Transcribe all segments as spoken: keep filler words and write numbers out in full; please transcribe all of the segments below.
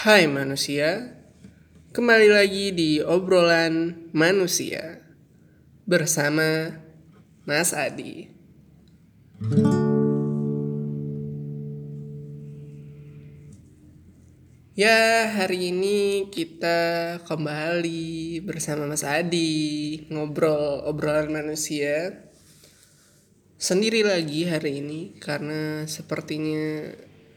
Hai manusia, kembali lagi di obrolan manusia bersama Mas Adi. Ya, hari ini kita kembali bersama Mas Adi ngobrol obrolan manusia sendiri lagi hari ini karena sepertinya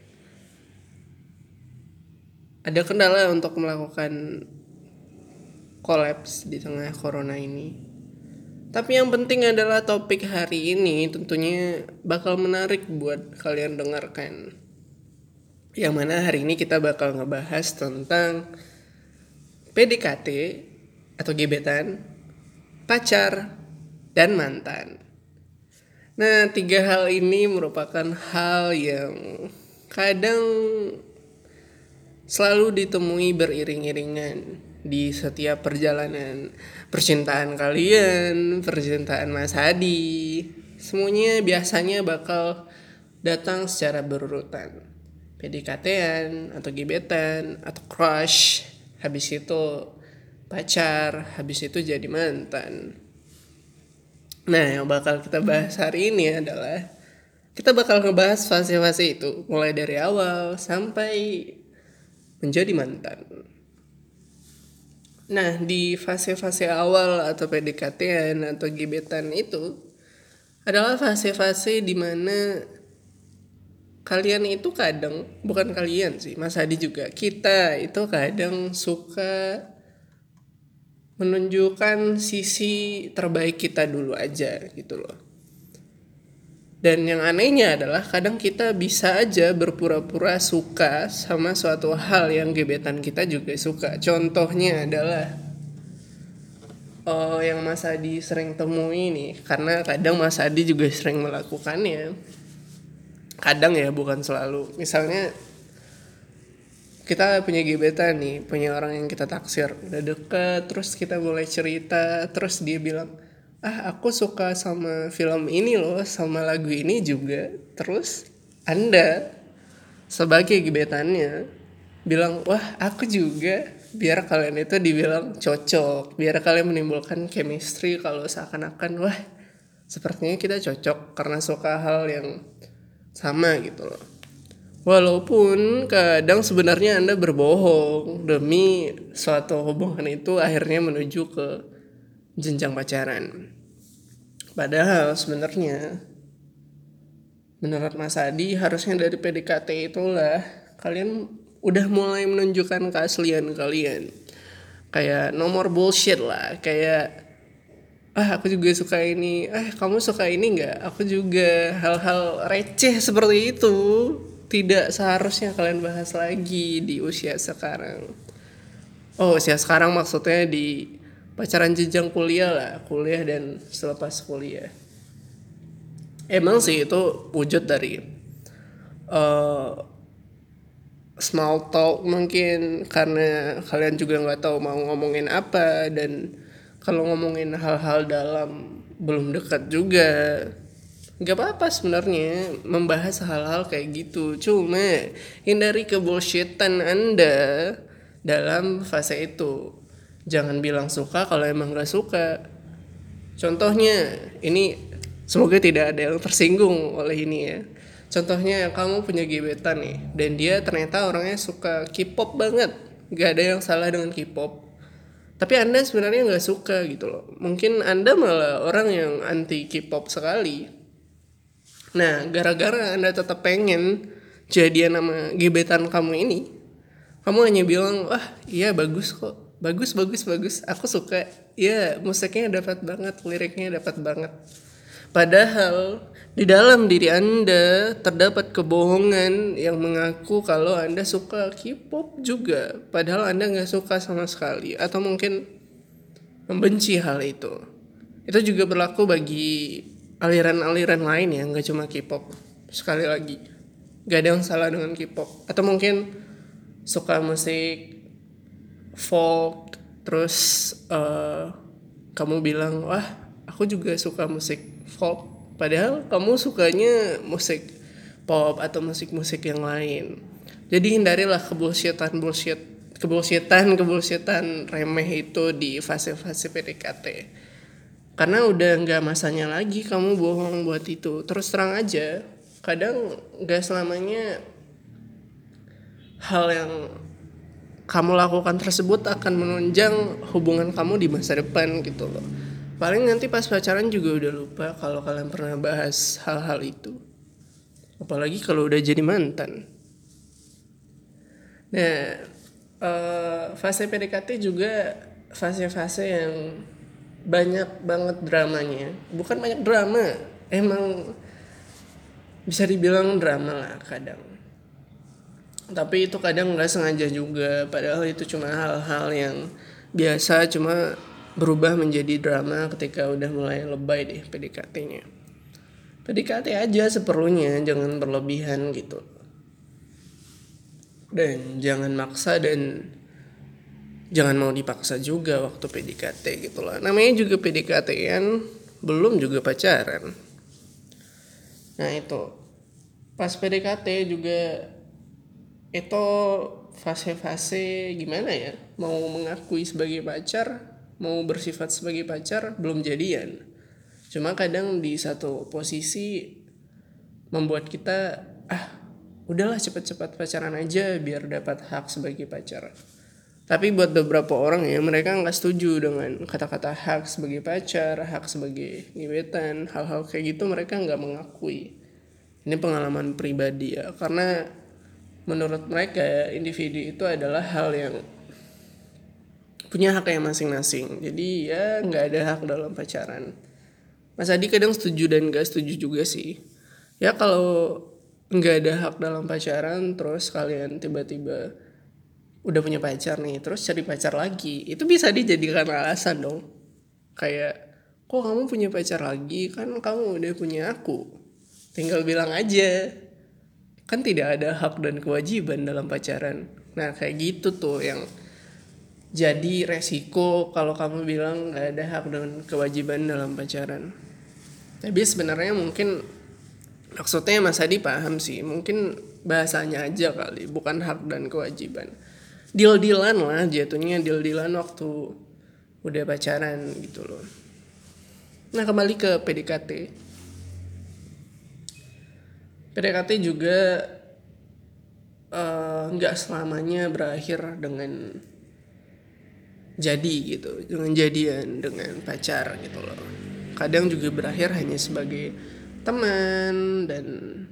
ada kendala untuk melakukan kolaps di tengah corona ini. Tapi yang penting adalah topik hari ini tentunya bakal menarik buat kalian dengarkan. Yang mana hari ini kita bakal ngebahas tentang P D K T atau gebetan, pacar, dan mantan. Nah, tiga hal ini merupakan hal yang kadang selalu ditemui beriring-iringan di setiap perjalanan percintaan kalian, percintaan Mas Hadi. Semuanya biasanya bakal datang secara berurutan. P D K T-an atau gebetan atau crush, habis itu pacar, habis itu jadi mantan. Nah, yang bakal kita bahas hari ini adalah kita bakal ngebahas fase-fase itu mulai dari awal sampai menjadi mantan. Nah, di fase-fase awal atau P D K T-an atau gebetan itu adalah fase-fase di mana kalian itu kadang, bukan kalian sih, Mas Hadi juga, kita itu kadang suka menunjukkan sisi terbaik kita dulu aja gitu loh. Dan yang anehnya adalah kadang kita bisa aja berpura-pura suka sama suatu hal yang gebetan kita juga suka. Contohnya adalah oh, yang Mas Adi sering temui nih, karena kadang Mas Adi juga sering melakukannya. Kadang ya, bukan selalu. Misalnya kita punya gebetan nih, punya orang yang kita taksir, udah deket, terus kita mulai cerita, terus dia bilang, ah aku suka sama film ini loh, sama lagu ini juga. Terus Anda sebagai gebetannya bilang, wah aku juga, biar kalian itu dibilang cocok, biar kalian menimbulkan chemistry kalau seakan-akan wah sepertinya kita cocok karena suka hal yang sama gitu loh. Walaupun kadang sebenarnya Anda berbohong demi suatu hubungan itu akhirnya menuju ke jenjang pacaran. Padahal sebenarnya menurut Mas Adi harusnya dari P D K T itulah kalian udah mulai menunjukkan keaslian kalian. Kayak nomor bullshit lah, kayak ah aku juga suka ini, ah kamu suka ini gak? Aku juga. Hal-hal receh seperti itu tidak seharusnya kalian bahas lagi di usia sekarang. Oh, usia sekarang maksudnya di pacaran jenjang kuliah lah, kuliah dan selepas kuliah. Emang sih itu wujud dari uh, small talk mungkin, karena kalian juga nggak tahu mau ngomongin apa, dan kalau ngomongin hal-hal dalam belum dekat juga nggak apa-apa sebenarnya membahas hal-hal kayak gitu. Cuma hindari kebullshitan Anda dalam fase itu. Jangan bilang suka kalau emang nggak suka. Contohnya ini, semoga tidak ada yang tersinggung oleh ini ya. Contohnya kamu punya gebetan nih, dan dia ternyata orangnya suka K-pop banget. Gak ada yang salah dengan K-pop, tapi Anda sebenarnya gak suka gitu loh. Mungkin Anda malah orang yang anti K-pop sekali. Nah, gara-gara Anda tetap pengen jadian sama gebetan kamu ini, kamu hanya bilang, wah iya bagus kok, Bagus, bagus, bagus, aku suka. Iya, musiknya dapat banget, liriknya dapat banget. Padahal di dalam diri Anda terdapat kebohongan yang mengaku kalau Anda suka K-pop juga, padahal Anda gak suka sama sekali, atau mungkin membenci hal itu. Itu juga berlaku bagi aliran-aliran lain ya, gak cuma K-pop. Sekali lagi, gak ada yang salah dengan K-pop. Atau mungkin suka musik folk, terus uh, kamu bilang, wah aku juga suka musik folk, padahal kamu sukanya musik pop atau musik-musik yang lain. Jadi hindarilah kebullshitan bullshit kebullshitan kebullshitan remeh itu di fase-fase P D K T. Karena udah nggak masanya lagi kamu bohong buat itu. Terus terang aja, kadang nggak selamanya hal yang kamu lakukan tersebut akan menunjang hubungan kamu di masa depan gitu loh. Paling nanti pas pacaran juga udah lupa kalau kalian pernah bahas hal-hal itu. Apalagi kalau udah jadi mantan. Nah, uh, fase P D K T juga fase-fase yang banyak banget dramanya. Bukan banyak drama, emang bisa dibilang drama lah kadang. Tapi itu kadang nggak sengaja juga, padahal itu cuma hal-hal yang biasa, cuma berubah menjadi drama ketika udah mulai lebay deh P D K T-nya. P D K T aja seperlunya, jangan berlebihan gitu. Dan jangan maksa dan jangan mau dipaksa juga waktu P D K T gitu lah. Namanya juga P D K T-an, belum juga pacaran. Nah itu, pas P D K T juga itu fase-fase gimana ya, mau mengakui sebagai pacar, mau bersifat sebagai pacar, belum jadian. Cuma kadang di satu posisi membuat kita ah udahlah cepet-cepet pacaran aja biar dapat hak sebagai pacar. Tapi buat beberapa orang ya, mereka nggak setuju dengan kata-kata hak sebagai pacar, hak sebagai gebetan, hal-hal kayak gitu mereka nggak mengakui. Ini pengalaman pribadi ya, karena menurut mereka individu itu adalah hal yang punya hak yang masing-masing. Jadi ya nggak ada hak dalam pacaran. Mas Adi kadang setuju dan nggak setuju juga sih. Ya kalau nggak ada hak dalam pacaran, terus kalian tiba-tiba udah punya pacar nih, terus cari pacar lagi, itu bisa dijadikan alasan dong. Kayak, kok kamu punya pacar lagi? Kan kamu udah punya aku. Tinggal bilang aja. Kan tidak ada hak dan kewajiban dalam pacaran. Nah kayak gitu tuh yang jadi resiko kalau kamu bilang gak ada hak dan kewajiban dalam pacaran. Tapi sebenarnya mungkin maksudnya Mas Adi paham sih. Mungkin bahasanya aja kali, bukan hak dan kewajiban. Deal-dealan lah jatuhnya, deal-dealan waktu udah pacaran gitu loh. Nah kembali ke P D K T. P D K T juga nggak uh, selamanya berakhir dengan jadi gitu, dengan jadian dengan pacar gitu loh. Kadang juga berakhir hanya sebagai teman dan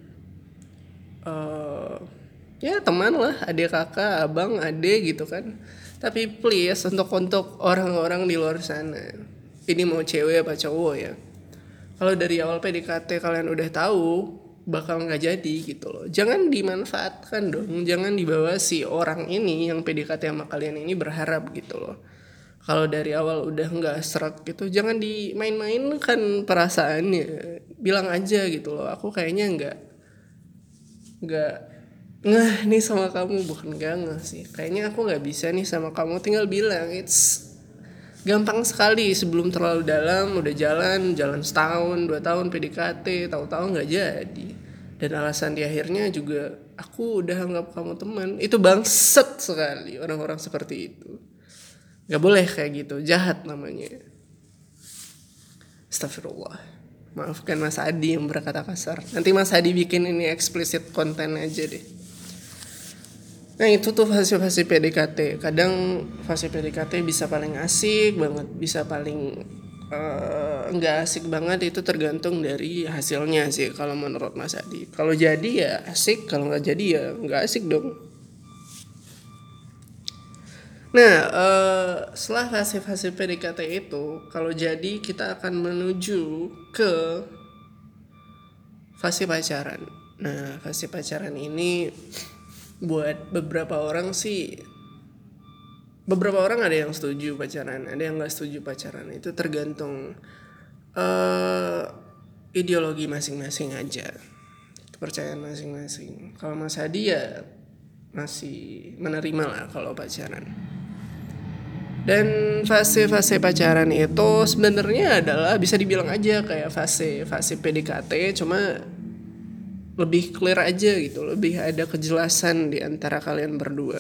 uh, ya teman lah, adik kakak, abang, adik gitu kan. Tapi please untuk untuk orang-orang di luar sana, ini mau cewek apa cowok ya, kalau dari awal P D K T kalian udah tahu bakal nggak jadi gitu loh, jangan dimanfaatkan dong, jangan dibawa si orang ini yang P D K T sama kalian ini berharap gitu loh. Kalau dari awal udah nggak serak gitu, jangan dimain-mainkan perasaannya, bilang aja gitu loh, aku kayaknya nggak nggak ngeh nih sama kamu, bukan gak ngeh sih, kayaknya aku nggak bisa nih sama kamu, tinggal bilang. It's gampang sekali, sebelum terlalu dalam udah jalan jalan setahun dua tahun P D K T, tahu-tahu nggak jadi, dan alasan di akhirnya juga aku udah anggap kamu teman. Itu bangset sekali orang-orang seperti itu, nggak boleh kayak gitu, jahat namanya. Astagfirullah, maafkan Mas Adi yang berkata kasar. Nanti Mas Adi bikin ini explicit konten aja deh. Nah itu tuh fase-fase P D K T. Kadang fase P D K T bisa paling asik banget, bisa paling uh, enggak asik banget, itu tergantung dari hasilnya sih kalau menurut Mas Adi. Kalau jadi ya asik, kalau nggak jadi ya nggak asik dong. Nah uh, setelah fase-fase P D K T itu, kalau jadi kita akan menuju ke fase pacaran. Nah fase pacaran ini buat beberapa orang sih, beberapa orang ada yang setuju pacaran, ada yang nggak setuju pacaran. Itu tergantung uh, ideologi masing-masing aja, kepercayaan masing-masing. Kalau Mas Hadi ya masih menerima lah kalau pacaran. Dan fase-fase pacaran itu sebenarnya adalah bisa dibilang aja kayak fase-fase P D K T, cuma lebih clear aja gitu, lebih ada kejelasan di antara kalian berdua.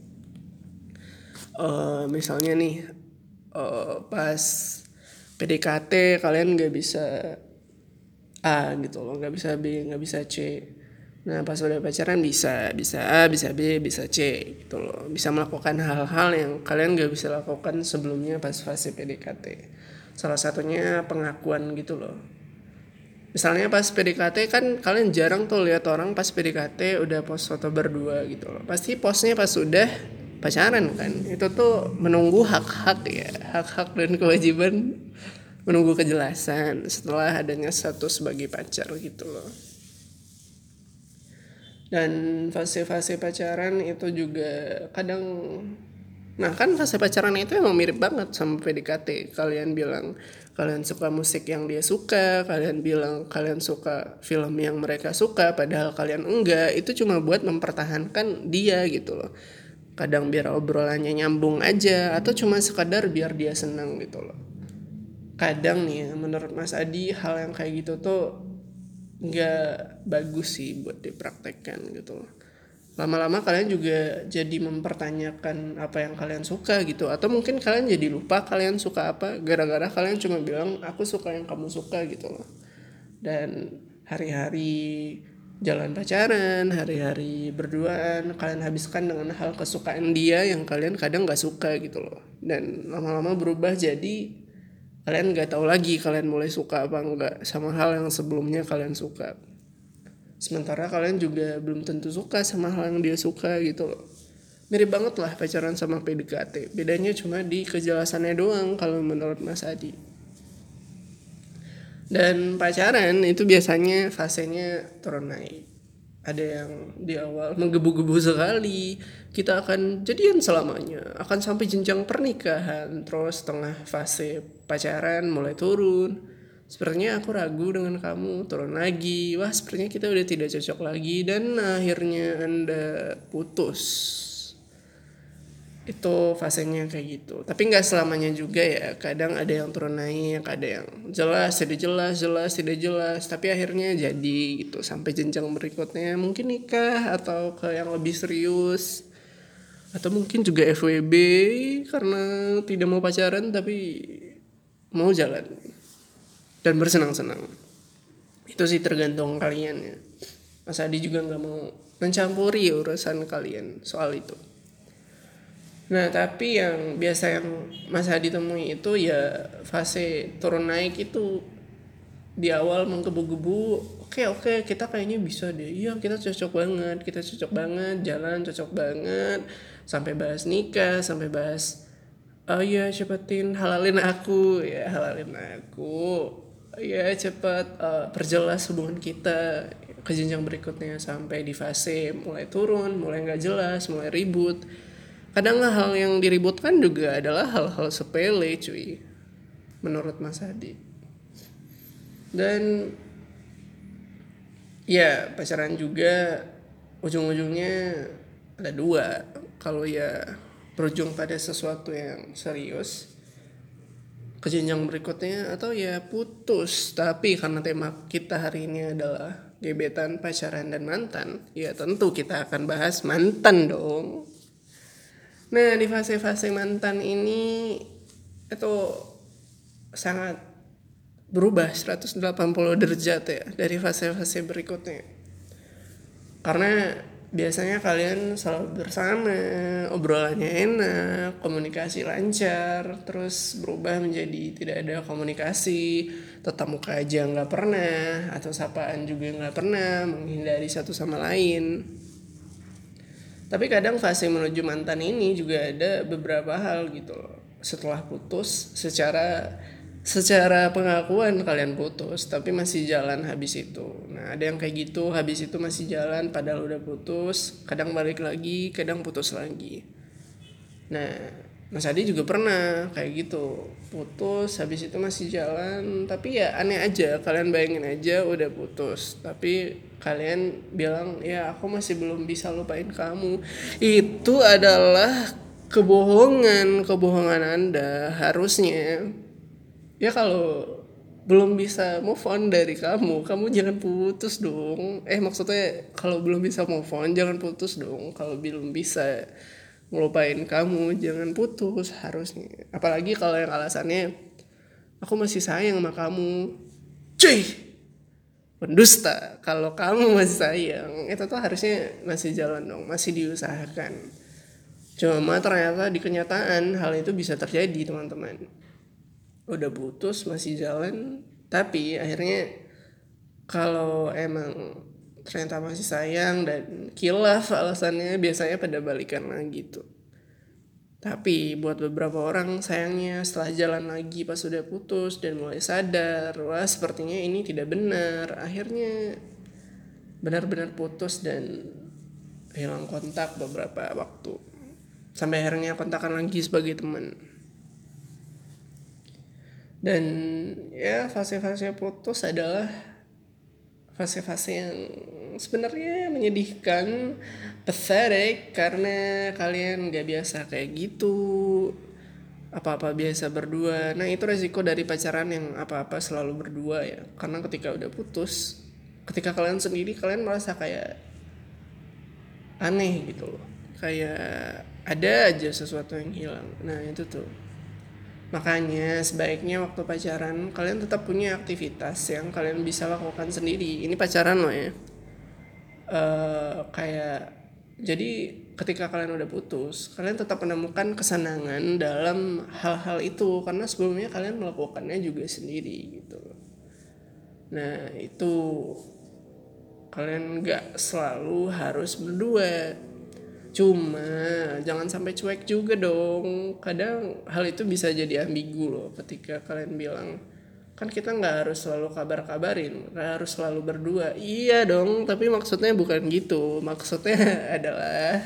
Eh misalnya nih, eh pas P D K T kalian nggak bisa A gitu loh, nggak bisa B, nggak bisa C. Nah pas udah pacaran bisa, bisa A, bisa B, bisa C gitu loh. Bisa melakukan hal-hal yang kalian nggak bisa lakukan sebelumnya pas fase P D K T. Salah satunya pengakuan gitu loh. Misalnya pas P D K T kan kalian jarang tuh lihat orang pas P D K T udah post foto berdua gitu loh. Pasti postnya pas udah pacaran kan. Itu tuh menunggu hak-hak ya, hak-hak dan kewajiban, menunggu kejelasan setelah adanya status sebagai pacar gitu loh. Dan fase-fase pacaran itu juga kadang, nah kan fase pacaran itu emang mirip banget sama P D K T. Kalian bilang kalian suka musik yang dia suka, kalian bilang kalian suka film yang mereka suka, padahal kalian enggak. Itu cuma buat mempertahankan dia gitu loh. Kadang biar obrolannya nyambung aja, atau cuma sekadar biar dia senang gitu loh. Kadang nih menurut Mas Adi hal yang kayak gitu tuh nggak bagus sih buat dipraktekkan gitu loh. Lama-lama kalian juga jadi mempertanyakan apa yang kalian suka gitu, atau mungkin kalian jadi lupa kalian suka apa gara-gara kalian cuma bilang aku suka yang kamu suka gitu loh. Dan hari-hari jalan pacaran, hari-hari berduaan kalian habiskan dengan hal kesukaan dia yang kalian kadang nggak suka gitu loh. Dan lama-lama berubah jadi kalian nggak tahu lagi kalian mulai suka apa enggak sama hal yang sebelumnya kalian suka. Sementara kalian juga belum tentu suka sama hal yang dia suka gitu loh. Mirip banget lah pacaran sama P D K T. Bedanya cuma di kejelasannya doang kalau menurut Mas Adi. Dan pacaran itu biasanya fasenya turun naik. Ada yang di awal menggebu-gebu sekali, kita akan jadian selamanya, akan sampai jenjang pernikahan. Terus tengah fase pacaran mulai turun, sepertinya aku ragu dengan kamu, turun lagi, wah sepertinya kita udah tidak cocok lagi, dan akhirnya Anda putus. Itu fasenya kayak gitu. Tapi nggak selamanya juga ya, kadang ada yang turun naik, ada yang jelas tidak jelas, jelas tidak jelas, tapi akhirnya jadi gitu sampai jenjang berikutnya mungkin nikah atau ke yang lebih serius, atau mungkin juga F W B karena tidak mau pacaran tapi mau jalan dan bersenang-senang. Itu sih tergantung kalian ya. Mas Adi juga nggak mau mencampuri urusan kalian soal itu. Nah tapi yang biasa yang Mas Hadi temui itu ya fase turun naik itu di awal menggebu-gebu. Oke oke kita kayaknya bisa deh, iya kita cocok banget, kita cocok banget, jalan cocok banget, sampai bahas nikah, sampai bahas oh iya cepetin halalin aku, ya halalin aku, ya cepet uh, perjelas hubungan kita ke jenjang berikutnya, sampai di fase mulai turun, mulai nggak jelas, mulai ribut. Kadang hal yang diributkan juga adalah hal-hal sepele cuy, menurut Mas Hadi. Dan ya pacaran juga ujung-ujungnya ada dua. Kalau ya berujung pada sesuatu yang serius ke jenjang berikutnya, atau ya putus. Tapi karena tema kita hari ini adalah gebetan, pacaran, dan mantan, ya tentu kita akan bahas mantan dong. Nah di fase-fase mantan ini itu sangat berubah seratus delapan puluh derajat ya dari fase-fase berikutnya. Karena biasanya kalian selalu bersama, obrolannya enak, komunikasi lancar, terus berubah menjadi tidak ada komunikasi, tatap muka aja nggak pernah, atau sapaan juga nggak pernah, menghindari satu sama lain. Tapi kadang fase menuju mantan ini juga ada beberapa hal gitu loh. Setelah putus, secara secara pengakuan kalian putus, tapi masih jalan habis itu. Nah ada yang kayak gitu, habis itu masih jalan padahal udah putus, kadang balik lagi, kadang putus lagi. Nah Mas Adi juga pernah kayak gitu, putus habis itu masih jalan, tapi ya aneh aja, kalian bayangin aja udah putus tapi kalian bilang ya aku masih belum bisa lupain kamu. Itu adalah kebohongan, kebohongan Anda. Harusnya ya kalau belum bisa move on dari kamu, kamu jangan putus dong. Eh maksudnya kalau belum bisa move on jangan putus dong. Kalau belum bisa ngelupain kamu jangan putus harusnya. Apalagi kalau yang alasannya aku masih sayang sama kamu. Cuy, pendusta. Kalau kamu masih sayang itu tuh harusnya masih jalan dong, masih diusahakan. Cuma ternyata di kenyataan hal itu bisa terjadi teman-teman. Udah putus masih jalan, tapi akhirnya kalau emang ternyata masih sayang dan kilaf alasannya biasanya pada balikan lagi tuh. Tapi buat beberapa orang sayangnya setelah jalan lagi pas udah putus dan mulai sadar, wah sepertinya ini tidak benar, akhirnya benar-benar putus dan hilang kontak beberapa waktu. Sampai akhirnya kontakan lagi sebagai teman. Dan ya fase-fase putus adalah fase-fase yang sebenarnya menyedihkan, pathetic, karena kalian gak biasa kayak gitu, apa-apa biasa berdua. Nah itu resiko dari pacaran yang apa-apa selalu berdua ya. Karena ketika udah putus, ketika kalian sendiri kalian merasa kayak aneh gitu loh, kayak ada aja sesuatu yang hilang. Nah itu tuh makanya sebaiknya waktu pacaran kalian tetap punya aktivitas yang kalian bisa lakukan sendiri. Ini pacaran loh ya. Uh, kayak jadi ketika kalian udah putus, kalian tetap menemukan kesenangan dalam hal-hal itu karena sebelumnya kalian melakukannya juga sendiri gitu. Nah itu kalian nggak selalu harus berdua. Cuma jangan sampai cuek juga dong. Kadang hal itu bisa jadi ambigu loh ketika kalian bilang, kan kita gak harus selalu kabar-kabarin, gak harus selalu berdua. Iya dong, tapi maksudnya bukan gitu. Maksudnya adalah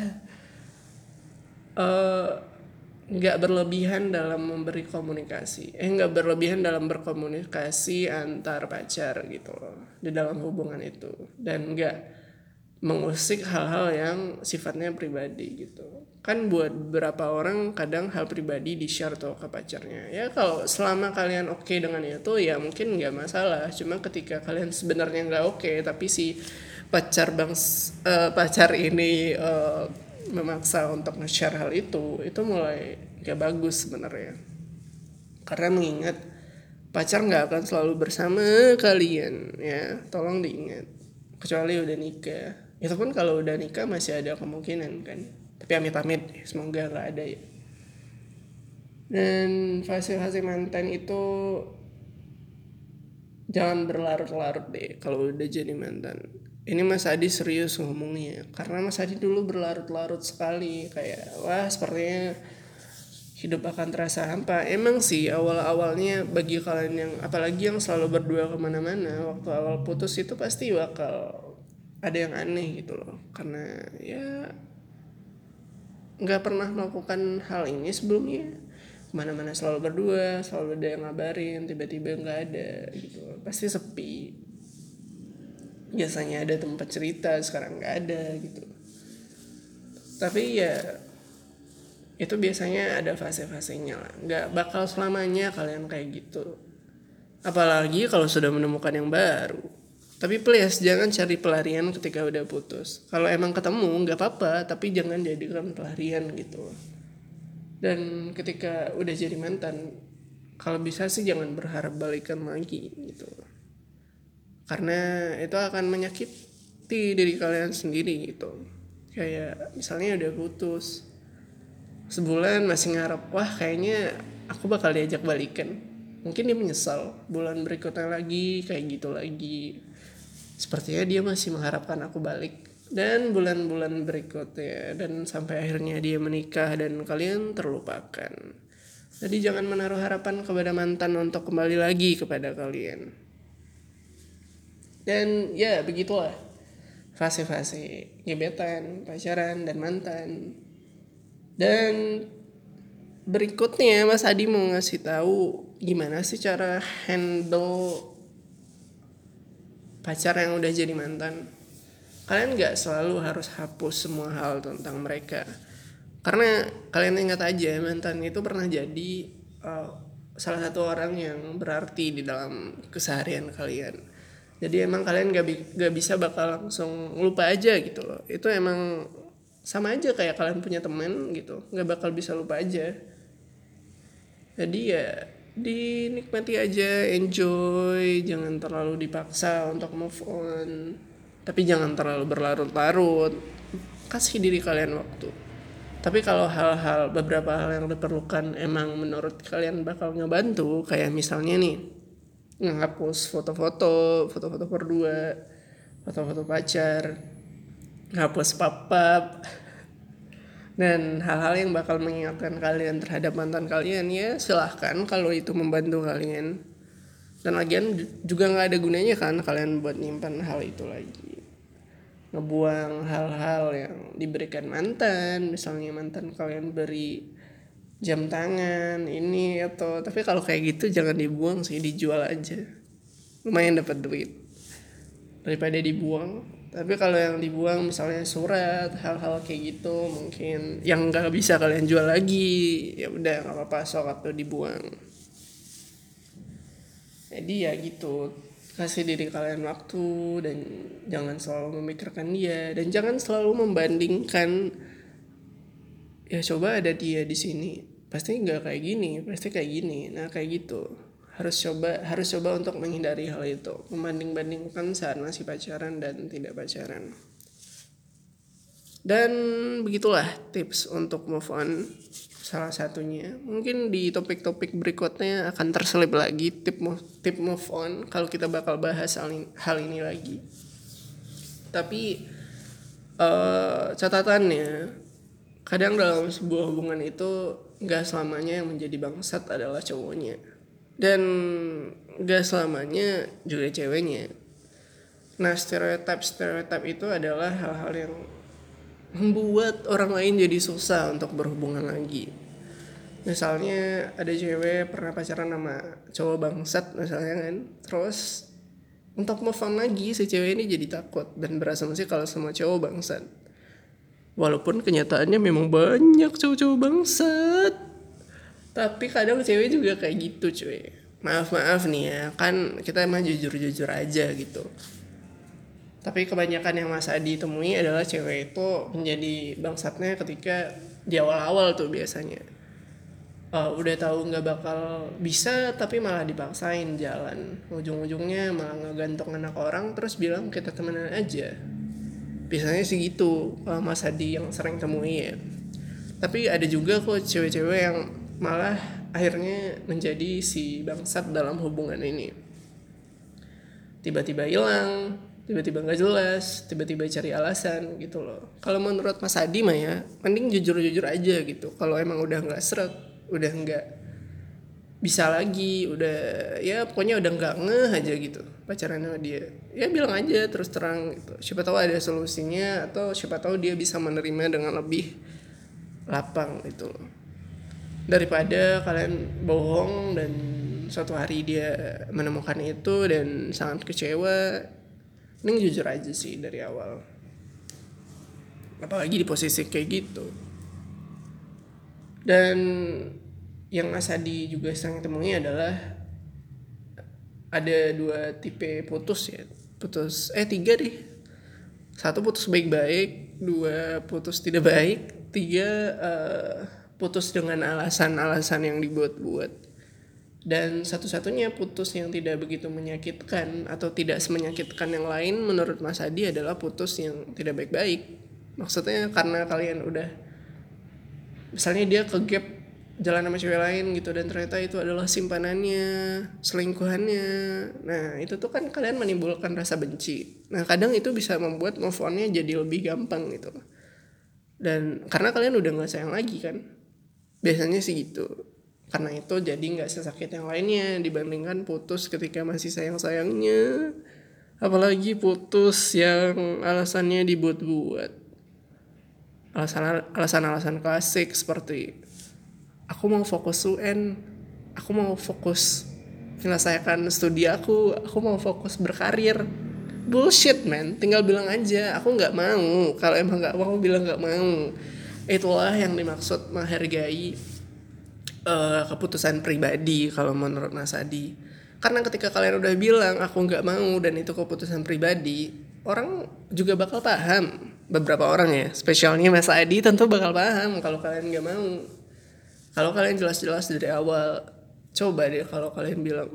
uh, gak berlebihan dalam memberi komunikasi. Eh gak berlebihan dalam berkomunikasi antar pacar gitu loh, di dalam hubungan itu. Dan gak mengusik hal-hal yang sifatnya pribadi gitu. Kan buat beberapa orang kadang hal pribadi di-share tuh ke pacarnya. Ya kalau selama kalian oke okay dengan itu ya mungkin gak masalah. Cuma ketika kalian sebenarnya gak oke okay, tapi si pacar bang uh, pacar ini uh, memaksa untuk nge-share hal itu, itu mulai gak bagus sebenarnya. Karena mengingat pacar gak akan selalu bersama kalian ya. Tolong diingat. Kecuali udah nikah. Itu pun kalau udah nikah masih ada kemungkinan kan. Tapi amit-amit semoga gak ada ya. Dan fase-fase mantan itu jangan berlarut-larut deh kalau udah jadi mantan. Ini Mas Adi serius ngomongnya. Karena Mas Adi dulu berlarut-larut sekali. Kayak wah sepertinya hidup akan terasa hampa. Emang sih awal-awalnya bagi kalian yang apalagi yang selalu berdua kemana-mana, waktu awal putus itu pasti bakal ada yang aneh gitu loh. Karena ya gak pernah melakukan hal ini sebelumnya, kemana-mana selalu berdua, selalu ada yang ngabarin, tiba-tiba gak ada gitu, pasti sepi. Biasanya ada tempat cerita, sekarang gak ada gitu. Tapi ya itu biasanya ada fase-fasenya lah, gak bakal selamanya kalian kayak gitu. Apalagi kalau sudah menemukan yang baru. Tapi please jangan cari pelarian ketika udah putus. Kalau emang ketemu gak apa-apa, tapi jangan jadikan pelarian gitu. Dan ketika udah jadi mantan, kalau bisa sih jangan berharap balikan lagi gitu. Karena itu akan menyakiti diri kalian sendiri gitu. Kayak misalnya udah putus, sebulan masih ngarep, wah kayaknya aku bakal diajak balikan. Mungkin dia menyesal, bulan berikutnya lagi kayak gitu lagi. Sepertinya dia masih mengharapkan aku balik. Dan bulan-bulan berikutnya, dan sampai akhirnya dia menikah dan kalian terlupakan. Jadi jangan menaruh harapan kepada mantan untuk kembali lagi kepada kalian. Dan ya begitulah fase-fase gebetan, pacaran, dan mantan. Dan berikutnya Mas Adi mau ngasih tahu gimana sih cara handle pacar yang udah jadi mantan. Kalian gak selalu harus hapus semua hal tentang mereka. Karena kalian ingat aja mantan itu pernah jadi uh, salah satu orang yang berarti di dalam keseharian kalian. Jadi emang kalian gak, bi- gak bisa bakal langsung lupa aja gitu loh. Itu emang sama aja kayak kalian punya teman gitu, gak bakal bisa lupa aja. Jadi ya dinikmati aja, enjoy, jangan terlalu dipaksa untuk move on. Tapi jangan terlalu berlarut-larut. Kasih diri kalian waktu. Tapi kalau hal-hal beberapa hal yang diperlukan emang menurut kalian bakal ngebantu, kayak misalnya nih ngapus foto-foto, foto-foto berdua, foto-foto pacar, ngapus pap-pap, dan hal-hal yang bakal mengingatkan kalian terhadap mantan kalian, ya silahkan kalau itu membantu kalian. Dan lagian juga nggak ada gunanya kan kalian buat nyimpan hal itu lagi, ngebuang hal-hal yang diberikan mantan. Misalnya mantan kalian beri jam tangan ini atau, tapi kalau kayak gitu jangan dibuang sih, dijual aja, lumayan dapat duit daripada dibuang. Tapi kalau yang dibuang misalnya surat, hal-hal kayak gitu mungkin yang nggak bisa kalian jual lagi, ya udah nggak apa-apa, sok atau dibuang. Jadi ya gitu, kasih diri kalian waktu dan jangan selalu memikirkan dia, dan jangan selalu membandingkan. Ya coba ada dia di sini, pasti nggak kayak gini, pasti kayak gini. Nah kayak gitu, harus coba harus coba untuk menghindari hal itu, membanding-bandingkan saat masih pacaran dan tidak pacaran. Dan begitulah tips untuk move on, salah satunya. Mungkin di topik-topik berikutnya akan terselip lagi tip move, tip move on kalau kita bakal bahas hal ini, hal ini lagi. Tapi uh, catatannya, kadang dalam sebuah hubungan itu gak selamanya yang menjadi bangsat adalah cowoknya, dan gak selamanya juga ceweknya. Nah stereotip-stereotip itu adalah hal-hal yang membuat orang lain jadi susah untuk berhubungan lagi. Misalnya ada cewek pernah pacaran sama cowok bangsat misalnya kan, terus untuk move on lagi si cewek ini jadi takut dan berasumsi kalau semua cowok bangsat. Walaupun kenyataannya memang banyak cowok-cowok bangsat, tapi kadang cewek juga kayak gitu cuy. Maaf-maaf nih ya, kan kita emang jujur-jujur aja gitu. Tapi kebanyakan yang Mas Adi temui adalah cewek itu menjadi bangsatnya ketika di awal-awal tuh biasanya. Uh, udah tahu nggak bakal bisa tapi malah dipaksain jalan. Ujung-ujungnya malah ngegantung anak orang terus bilang kita temenan aja. Biasanya sih gitu kalau Mas Adi yang sering temui ya. Tapi ada juga kok cewek-cewek yang malah akhirnya menjadi si bangsat dalam hubungan ini. Tiba-tiba hilang, tiba-tiba nggak jelas, tiba-tiba cari alasan gitu loh. Kalau menurut Mas Adi mah ya, mending jujur-jujur aja gitu. Kalau emang udah nggak seret, udah nggak bisa lagi, udah ya pokoknya udah nggak ngeh aja gitu pacaran sama dia, ya bilang aja terus terang gitu. Siapa tahu ada solusinya, atau siapa tahu dia bisa menerima dengan lebih lapang gitu loh. Daripada kalian bohong dan suatu hari dia menemukan itu dan sangat kecewa, mending jujur aja sih dari awal. Apalagi di posisi kayak gitu. Dan yang Mas Adi juga sering temui adalah ada dua tipe putus ya. Putus, eh tiga deh. Satu putus baik-baik, dua putus tidak baik, tiga uh, putus dengan alasan-alasan yang dibuat-buat. Dan satu-satunya putus yang tidak begitu menyakitkan atau tidak semenyakitkan yang lain menurut Mas Adi adalah putus yang tidak baik-baik. Maksudnya karena kalian udah, misalnya dia ke gap jalan sama cewek lain gitu, dan ternyata itu adalah simpanannya, selingkuhannya. Nah itu tuh kan kalian menimbulkan rasa benci. Nah kadang itu bisa membuat move on-nya jadi lebih gampang gitu. Dan karena kalian udah gak sayang lagi kan, biasanya sih gitu. Karena itu jadi gak sesakit yang lainnya dibandingkan putus ketika masih sayang-sayangnya. Apalagi putus yang alasannya dibuat-buat, alasan-alasan klasik seperti aku mau fokus U N, aku mau fokus menyelesaikan studi aku, aku mau fokus berkarir. Bullshit man, tinggal bilang aja aku gak mau. Kalau emang gak mau bilang gak mau. Itulah yang dimaksud menghargai uh, keputusan pribadi kalau menurut Mas Adi. Karena ketika kalian udah bilang aku nggak mau dan itu keputusan pribadi, orang juga bakal paham. Beberapa orang ya, spesialnya Mas Adi tentu bakal paham kalau kalian nggak mau. Kalau kalian jelas-jelas dari awal, coba deh kalau kalian bilang,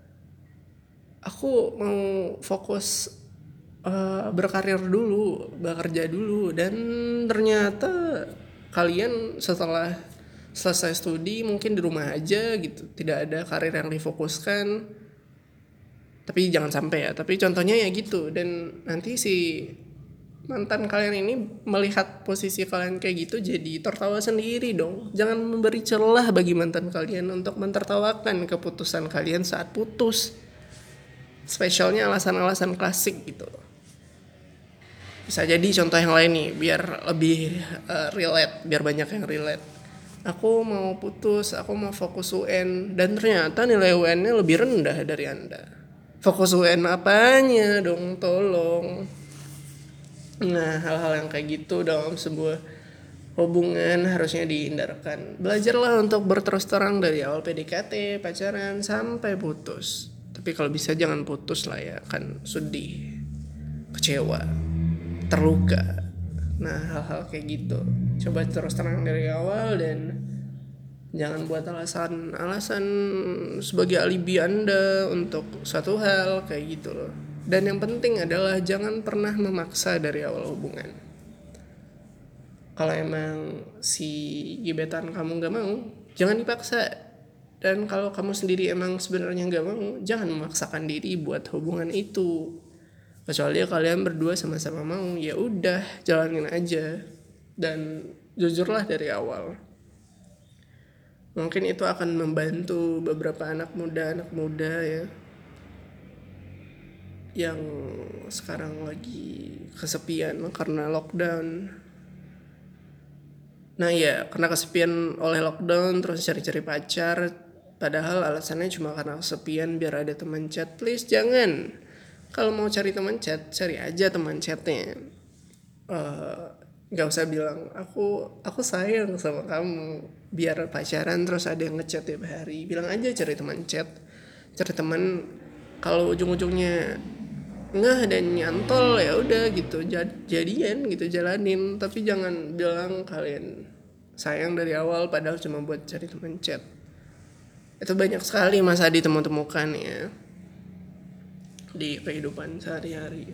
aku mau fokus uh, berkarir dulu, bekerja dulu, dan ternyata kalian setelah selesai studi mungkin di rumah aja gitu, tidak ada karir yang difokuskan. Tapi jangan sampai ya, tapi contohnya ya gitu, dan nanti si mantan kalian ini melihat posisi kalian kayak gitu jadi tertawa sendiri dong. Jangan memberi celah bagi mantan kalian untuk mentertawakan keputusan kalian saat putus. Spesialnya alasan-alasan klasik gitu. Bisa jadi contoh yang lain nih biar lebih uh, relate, biar banyak yang relate. Aku mau putus, aku mau fokus U N, dan ternyata nilai U N-nya lebih rendah dari Anda. Fokus U N apanya dong, tolong. Nah, hal-hal yang kayak gitu dalam sebuah hubungan harusnya dihindarkan. Belajarlah untuk berterus terang dari awal P D K T, pacaran, sampai putus. Tapi kalau bisa jangan putus lah ya, kan sedih, kecewa, terluka. Nah, hal-hal kayak gitu coba terus terang dari awal, dan jangan buat alasan-alasan sebagai alibi Anda untuk suatu hal kayak gitu loh. Dan yang penting adalah jangan pernah memaksa dari awal hubungan. Kalau emang si gebetan kamu gak mau, jangan dipaksa. Dan kalau kamu sendiri emang sebenarnya gak mau, jangan memaksakan diri buat hubungan itu. Kecuali kalian berdua sama-sama mau, ya udah jalanin aja dan jujurlah dari awal. Mungkin itu akan membantu beberapa anak muda anak muda ya yang sekarang lagi kesepian karena lockdown. Nah ya, karena kesepian oleh lockdown terus cari-cari pacar, padahal alasannya cuma karena kesepian biar ada teman chat. Please jangan. Kalau mau cari teman chat, cari aja teman chatnya. Uh, gak usah bilang aku aku sayang sama kamu biar pacaran terus ada yang ngechat tiap hari. Bilang aja cari teman chat, cari teman. Kalau ujung-ujungnya ngeh dan nyantol ya udah gitu, jadian gitu, jalanin. Tapi jangan bilang kalian sayang dari awal padahal cuma buat cari teman chat. Itu banyak sekali Mas Adi temukan ya di kehidupan sehari-hari.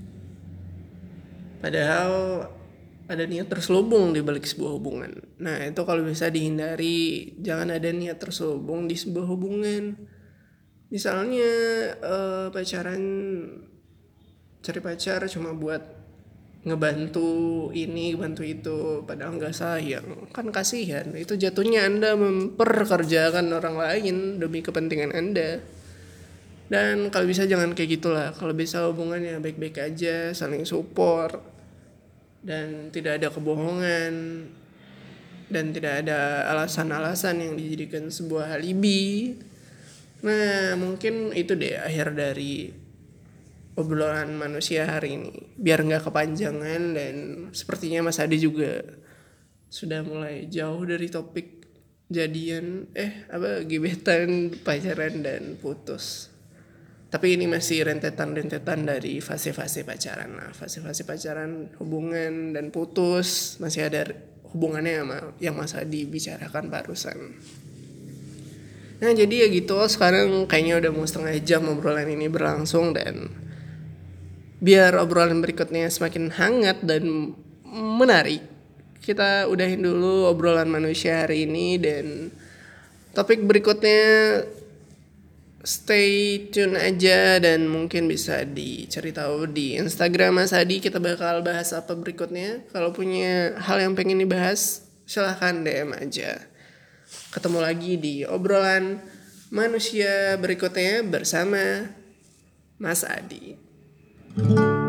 Padahal ada niat terselubung di balik sebuah hubungan. Nah itu kalau bisa dihindari, jangan ada niat terselubung di sebuah hubungan. Misalnya uh, pacaran, cari pacar cuma buat ngebantu ini, bantu itu, padahal nggak sayang, kan kasihan. Itu jatuhnya Anda memperkerjakan orang lain demi kepentingan Anda. Dan kalau bisa jangan kayak gitulah. Kalau bisa hubungannya baik-baik aja, saling support, dan tidak ada kebohongan, dan tidak ada alasan-alasan yang dijadikan sebuah alibi. Nah mungkin itu deh akhir dari obrolan manusia hari ini, biar gak kepanjangan. Dan sepertinya Mas Adi juga sudah mulai jauh dari topik jadian Eh apa gebetan, pacaran, dan putus. Tapi ini masih rentetan-rentetan dari fase-fase pacaran lah. Fase-fase pacaran, hubungan, dan putus. Masih ada hubungannya sama yang Mas Adi bicarakan barusan. Nah jadi ya gitu, sekarang kayaknya udah mau setengah jam obrolan ini berlangsung. Dan biar obrolan berikutnya semakin hangat dan menarik, kita udahin dulu obrolan manusia hari ini. Dan topik berikutnya stay tune aja, dan mungkin bisa dicari tahu di Instagram Mas Adi. Kita bakal bahas apa berikutnya. Kalau punya hal yang pengen dibahas, silahkan D M aja. Ketemu lagi di obrolan manusia berikutnya bersama Mas Adi.